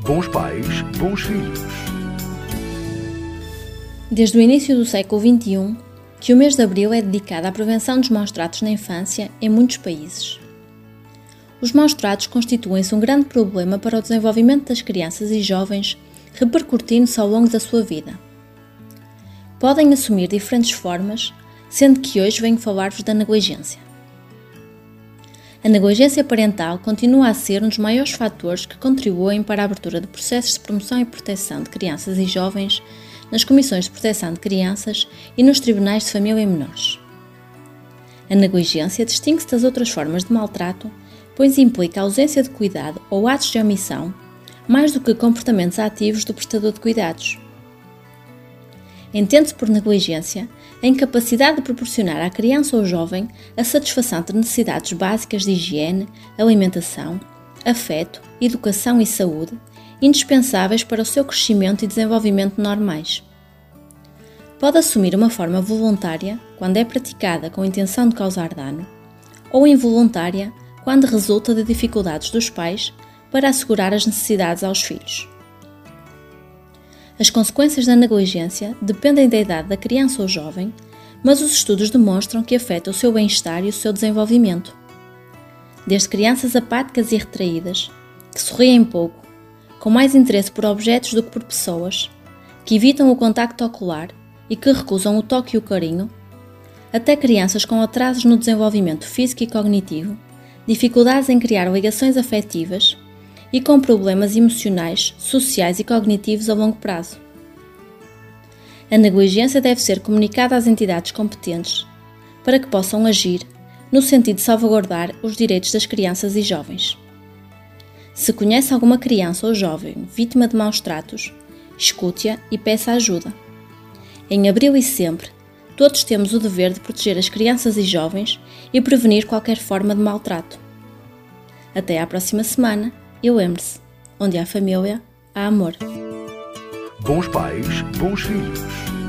Bons pais, bons filhos. Desde o início do século XXI, que o mês de Abril é dedicado à prevenção dos maus-tratos na infância em muitos países. Os maus-tratos constituem-se um grande problema para o desenvolvimento das crianças e jovens, repercutindo-se ao longo da sua vida. Podem assumir diferentes formas, sendo que hoje venho falar-vos da negligência. A negligência parental continua a ser um dos maiores fatores que contribuem para a abertura de processos de promoção e proteção de crianças e jovens nas comissões de proteção de crianças e nos tribunais de família e menores. A negligência distingue-se das outras formas de maltrato, pois implica a ausência de cuidado ou atos de omissão, mais do que comportamentos ativos do prestador de cuidados. Entende-se por negligência a incapacidade de proporcionar à criança ou jovem a satisfação de necessidades básicas de higiene, alimentação, afeto, educação e saúde, indispensáveis para o seu crescimento e desenvolvimento normais. Pode assumir uma forma voluntária quando é praticada com a intenção de causar dano, ou involuntária quando resulta de dificuldades dos pais para assegurar as necessidades aos filhos. As consequências da negligência dependem da idade da criança ou jovem, mas os estudos demonstram que afeta o seu bem-estar e o seu desenvolvimento. Desde crianças apáticas e retraídas, que sorriem pouco, com mais interesse por objetos do que por pessoas, que evitam o contacto ocular e que recusam o toque e o carinho, até crianças com atrasos no desenvolvimento físico e cognitivo, dificuldades em criar ligações afetivas e com problemas emocionais, sociais e cognitivos a longo prazo. A negligência deve ser comunicada às entidades competentes para que possam agir no sentido de salvaguardar os direitos das crianças e jovens. Se conhece alguma criança ou jovem vítima de maus-tratos, escute-a e peça ajuda. Em Abril e sempre, todos temos o dever de proteger as crianças e jovens e prevenir qualquer forma de maltrato. Até à próxima semana e lembre-se, onde há família, há amor. Bons pais, bons filhos.